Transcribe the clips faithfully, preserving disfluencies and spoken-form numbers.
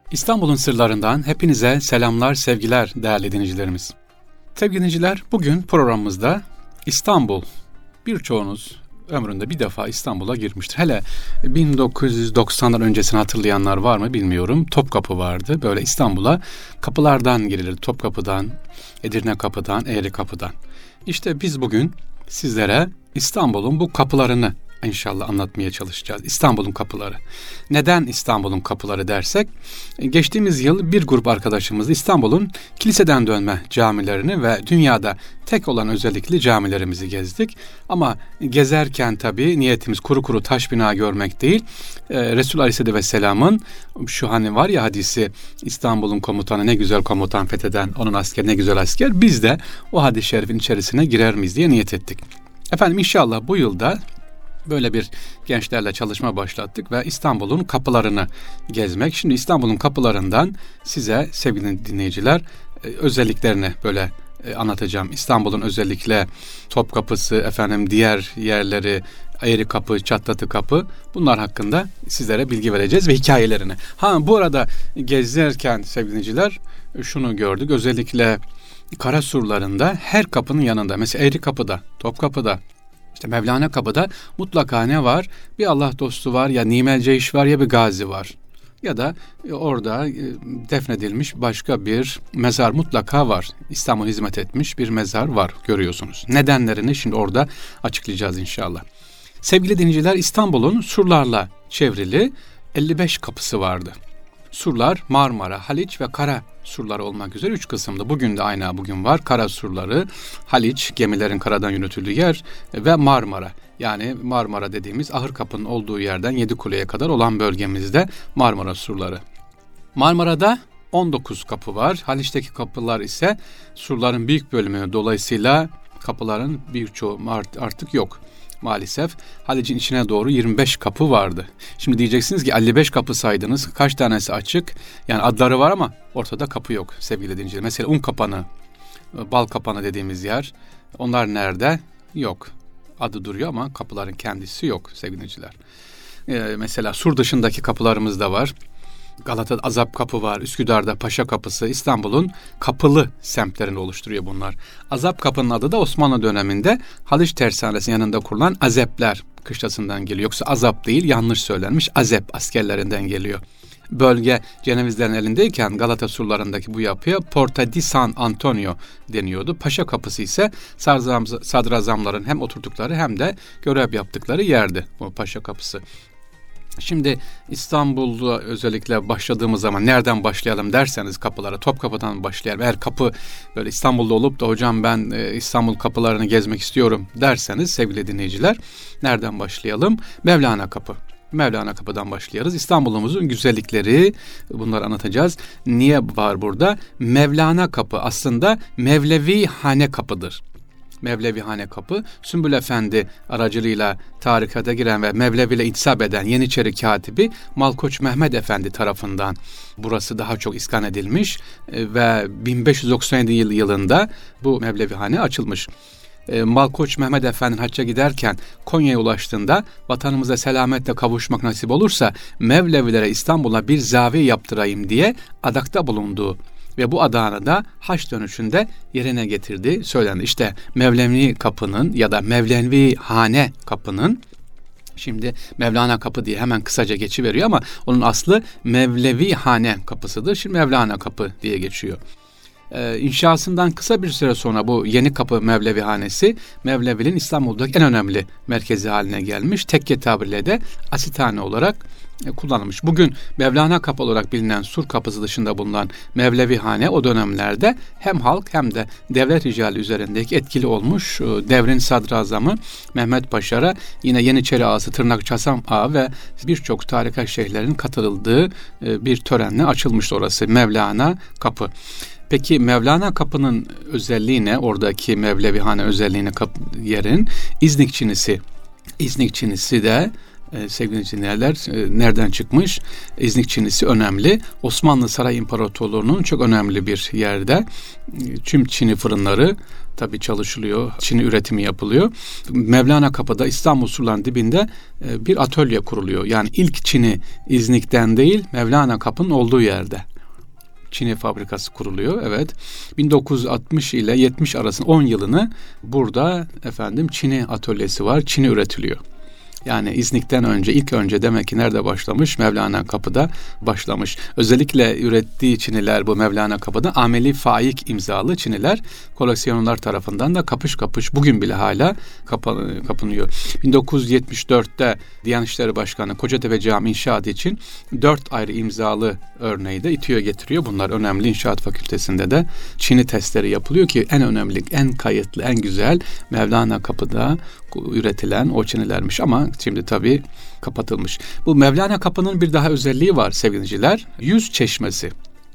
İstanbul'un sırlarından hepinize selamlar, sevgiler değerli dinleyicilerimiz. Sevgili dinleyiciler, bugün programımızda İstanbul, birçoğunuz ömründe bir defa İstanbul'a girmiştir. Hele bin dokuz yüz doksanlar öncesini hatırlayanlar var mı bilmiyorum. Topkapı vardı. Böyle İstanbul'a kapılardan girilir. Topkapı'dan, Edirne Kapı'dan, Eğri Kapı'dan. İşte biz bugün sizlere İstanbul'un bu kapılarını İnşallah anlatmaya çalışacağız. İstanbul'un kapıları. Neden İstanbul'un kapıları dersek, geçtiğimiz yıl bir grup arkadaşımız İstanbul'un kiliseden dönme camilerini ve dünyada tek olan özellikli camilerimizi gezdik. Ama gezerken tabii niyetimiz kuru kuru taş bina görmek değil. Ee, Resul Aleyhisselatü Vesselam'ın şu hani var ya hadisi, İstanbul'un komutanı ne güzel komutan fetheden, onun askeri ne güzel asker. Biz de o hadis-i şerifin içerisine girer miyiz diye niyet ettik. Efendim inşallah bu yılda böyle bir gençlerle çalışma başlattık ve İstanbul'un kapılarını gezmek. Şimdi İstanbul'un kapılarından size sevgili dinleyiciler özelliklerini böyle anlatacağım. İstanbul'un özellikle Topkapısı, efendim diğer yerleri, Eğri Kapı, Çatlatı Kapı, bunlar hakkında sizlere bilgi vereceğiz ve hikayelerini. Ha bu arada gezerken sevgili dinleyiciler şunu gördük. Özellikle kara surlarında her kapının yanında, mesela Eğri Kapı'da, Topkapı'da, İşte Mevlana Kapı'da mutlaka ne var? Bir Allah dostu var, ya Nimel Ceyş var, ya bir gazi var. Ya da orada defnedilmiş başka bir mezar mutlaka var. İstanbul'a hizmet etmiş bir mezar var, görüyorsunuz. Nedenlerini şimdi orada açıklayacağız inşallah. Sevgili dinleyiciler, İstanbul'un surlarla çevrili elli beş kapısı vardı. Surlar Marmara, Haliç ve Kara surları olmak üzere üç kısımda. Bugün de aynı bugün var. Kara surları, Haliç, gemilerin karadan yürütüldüğü yer ve Marmara. Yani Marmara dediğimiz Ahırkapı'nın olduğu yerden Yedikule'ye kadar olan bölgemizde Marmara surları. Marmara'da on dokuz kapı var. Haliç'teki kapılar ise surların büyük bölümü, dolayısıyla kapıların birçoğu artık yok. Maalesef Halic'in içine doğru yirmi beş kapı vardı. Şimdi diyeceksiniz ki elli beş kapı saydınız. Kaç tanesi açık? Yani adları var ama ortada kapı yok sevgili dinleyiciler. Mesela Un Kapanı, Bal Kapanı dediğimiz yer. Onlar nerede? Yok. Adı duruyor ama kapıların kendisi yok sevgili dinleyiciler. Ee, mesela sur dışındaki kapılarımız da var. Galata'da Azap Kapı var, Üsküdar'da Paşa Kapısı, İstanbul'un kapılı semtlerini oluşturuyor bunlar. Azap Kapı'nın adı da Osmanlı döneminde Haliç Tersanesi'nin yanında kurulan Azepler kışlasından geliyor. Yoksa Azap değil, yanlış söylenmiş, Azep askerlerinden geliyor. Bölge Cenevizlerin elindeyken Galata surlarındaki bu yapıya Porta di San Antonio deniyordu. Paşa Kapısı ise sadrazamların hem oturdukları hem de görev yaptıkları yerdi bu Paşa Kapısı. Şimdi İstanbul'da özellikle başladığımız zaman nereden başlayalım derseniz kapılara, Topkapı'dan başlayalım. Eğer kapı böyle İstanbul'da olup da hocam ben İstanbul kapılarını gezmek istiyorum derseniz sevgili dinleyiciler, nereden başlayalım? Mevlana Kapı. Mevlana Kapı'dan başlayarız. İstanbul'umuzun güzellikleri, bunları anlatacağız. Niye var burada? Mevlana Kapı aslında Mevlevi Hane Kapı'dır. Mevlevihane Kapı, Sümbül Efendi aracılığıyla tarikata giren ve Mevlevi ile intisap eden Yeniçeri katibi Malkoç Mehmet Efendi tarafından burası daha çok iskan edilmiş ve bin beş yüz doksan yedi yılında bu Mevlevihane açılmış. Malkoç Mehmet Efendi hacca giderken Konya'ya ulaştığında vatanımıza selametle kavuşmak nasip olursa Mevlevilere İstanbul'a bir zaviye yaptırayım diye adakta bulunduğu ve bu adağını da haç dönüşünde yerine getirdiği söylendi. İşte Mevlevi Kapı'nın ya da Mevlevi Hane Kapı'nın, şimdi Mevlana Kapı diye hemen kısaca geçiveriyor ama onun aslı Mevlevi Hane Kapısıdır. Şimdi Mevlana Kapı diye geçiyor. Ee, inşasından kısa bir süre sonra bu Yeni Kapı Mevlevi Hanesi Mevlevi'nin İstanbul'daki en önemli merkezi haline gelmiş. Tekke tabirle de asithane olarak e, kullanılmış. Bugün Mevlana Kapı olarak bilinen Sur Kapısı dışında bulunan Mevlevi Hane o dönemlerde hem halk hem de devlet ricali üzerindeki etkili olmuş. Devrin sadrazamı Mehmet Paşa'ya yine Yeniçeri ağası Tırnakçı Hasan Ağa ve birçok tarikat şeyhlerinin katıldığı e, bir törenle açılmıştı orası Mevlana Kapı. Peki Mevlana Kapı'nın özelliği ne? Oradaki Mevlevihane özelliğini yerin İznik Çinisi. İznik Çinisi de e, sevgili dinleyenler e, nereden çıkmış? İznik Çinisi önemli. Osmanlı Saray İmparatorluğu'nun çok önemli bir yerde. Tüm Çini fırınları tabii çalışılıyor. Çini üretimi yapılıyor. Mevlana Kapı'da İstanbul surlarının dibinde e, bir atölye kuruluyor. Yani ilk Çini İznik'ten değil, Mevlana Kapı'nın olduğu yerde Çini fabrikası kuruluyor. Evet. bin dokuz yüz altmış ile yetmiş arasında on yılını burada efendim Çini atölyesi var. Çini üretiliyor. Yani İznik'ten önce, ilk önce demek ki nerede başlamış? Mevlana Kapı'da başlamış. Özellikle ürettiği çiniler bu Mevlana Kapı'da ameli faik imzalı çiniler koleksiyonlar tarafından da kapış kapış bugün bile hala kapan- kapanıyor. bin dokuz yüz yetmiş dörtte Diyanet İşleri Başkanı Kocatepe Camii inşaatı için dört ayrı imzalı örneği de itiyor getiriyor. Bunlar önemli. İnşaat Fakültesi'nde de Çini testleri yapılıyor ki en önemli, en kayıtlı, en güzel Mevlana Kapı'da üretilen o çinilermiş ama şimdi tabii kapatılmış. Bu Mevlana Kapı'nın bir daha özelliği var sevgiliciler. Yüz çeşmesi.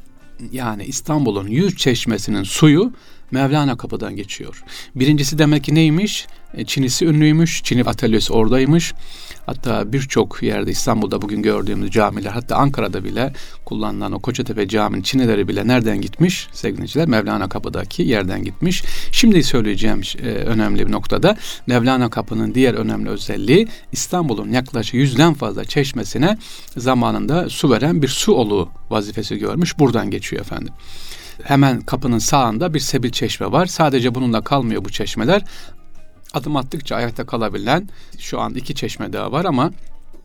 Yani İstanbul'un yüz çeşmesinin suyu Mevlana Kapı'dan geçiyor. Birincisi demek ki neymiş? Çinisi ünlüymüş. Çini atölyesi oradaymış. Hatta birçok yerde İstanbul'da bugün gördüğümüz camiler, hatta Ankara'da bile kullanılan o Kocatepe Camii'nin çinileri bile nereden gitmiş sevgiliciler? Mevlana Kapı'daki yerden gitmiş. Şimdi söyleyeceğim e, önemli bir noktada Mevlana Kapı'nın diğer önemli özelliği İstanbul'un yaklaşık yüzden fazla çeşmesine zamanında su veren bir su oluğu vazifesi görmüş. Buradan geçiyor efendim. Hemen kapının sağında bir sebil çeşme var. Sadece bununla kalmıyor bu çeşmeler. Adım attıkça ayakta kalabilen şu an iki çeşme daha var ama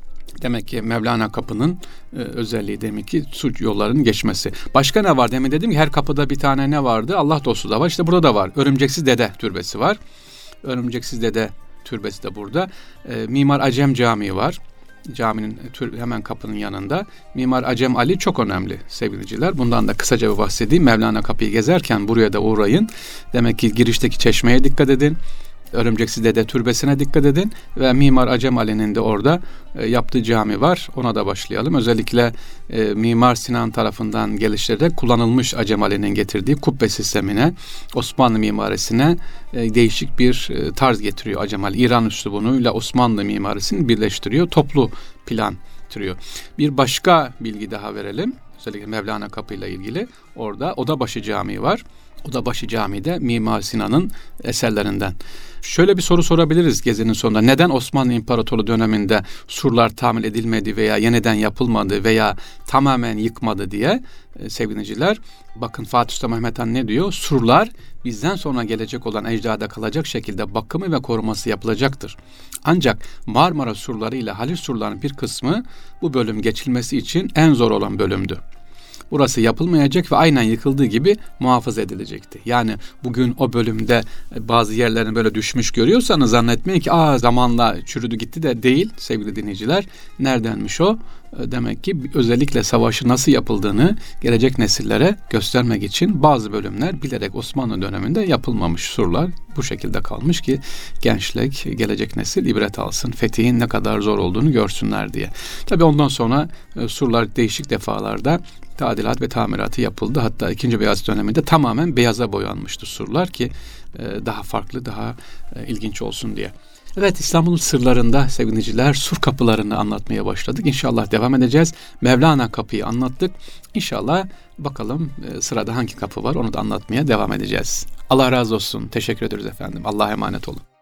demek ki Mevlana Kapı'nın e, özelliği demek ki su yollarının geçmesi. Başka ne var? Demin dedim ki her kapıda bir tane ne vardı? Allah dostu da var. İşte burada da var. Örümceksiz Dede Türbesi var. Örümceksiz Dede Türbesi de burada. E, Mimar Acem Camii var. Caminin hemen kapının yanında. Mimar Acem Ali çok önemli sevgiliciler. Bundan da kısaca bir bahsedeyim. Mevlana Kapı'yı gezerken buraya da uğrayın. Demek ki girişteki çeşmeye dikkat edin. Örümceksiz Dede Türbesi'ne dikkat edin ve Mimar Acem Ali'nin de orada e, yaptığı cami var. Ona da başlayalım. Özellikle e, Mimar Sinan tarafından geliştirilerek kullanılmış Acem Ali'nin getirdiği kubbe sistemine, Osmanlı mimarisine e, değişik bir e, tarz getiriyor Acem Ali. İran üslubuyla Osmanlı mimarisini birleştiriyor. Toplu plan getiriyor. Bir başka bilgi daha verelim. Özellikle Mevlana Kapı ile ilgili. Orada Odabaşı Camii var. Odabaşı Camii de Mimar Sinan'ın eserlerinden. Şöyle bir soru sorabiliriz gezinin sonunda. Neden Osmanlı İmparatorluğu döneminde surlar tamir edilmedi veya yeniden yapılmadı veya tamamen yıkmadı diye e, sevgiliciler. Bakın Fatih Sultan Mehmet Han ne diyor? Surlar bizden sonra gelecek olan ecdada kalacak şekilde bakımı ve koruması yapılacaktır. Ancak Marmara surları ile Haliç surlarının bir kısmı bu bölüm geçilmesi için en zor olan bölümdü. Burası yapılmayacak ve aynen yıkıldığı gibi muhafaza edilecekti. Yani bugün o bölümde bazı yerlerin böyle düşmüş görüyorsanız zannetmeyin ki aa zamanla çürüdü gitti de değil sevgili dinleyiciler. Neredenmiş o? Demek ki özellikle savaşı nasıl yapıldığını gelecek nesillere göstermek için bazı bölümler bilerek Osmanlı döneminde yapılmamış, surlar bu şekilde kalmış ki gençlik, gelecek nesil ibret alsın. Fethihin ne kadar zor olduğunu görsünler diye. Tabii ondan sonra surlar değişik defalarda tadilat ve tamiratı yapıldı. Hatta ikinci Beyazıt döneminde tamamen beyaza boyanmıştı surlar ki daha farklı, daha ilginç olsun diye. Evet, İstanbul'un sırlarında sevgili dinleyiciler sur kapılarını anlatmaya başladık. İnşallah devam edeceğiz. Mevlana Kapı'yı anlattık. İnşallah bakalım sırada hangi kapı var onu da anlatmaya devam edeceğiz. Allah razı olsun. Teşekkür ederiz efendim. Allah'a emanet olun.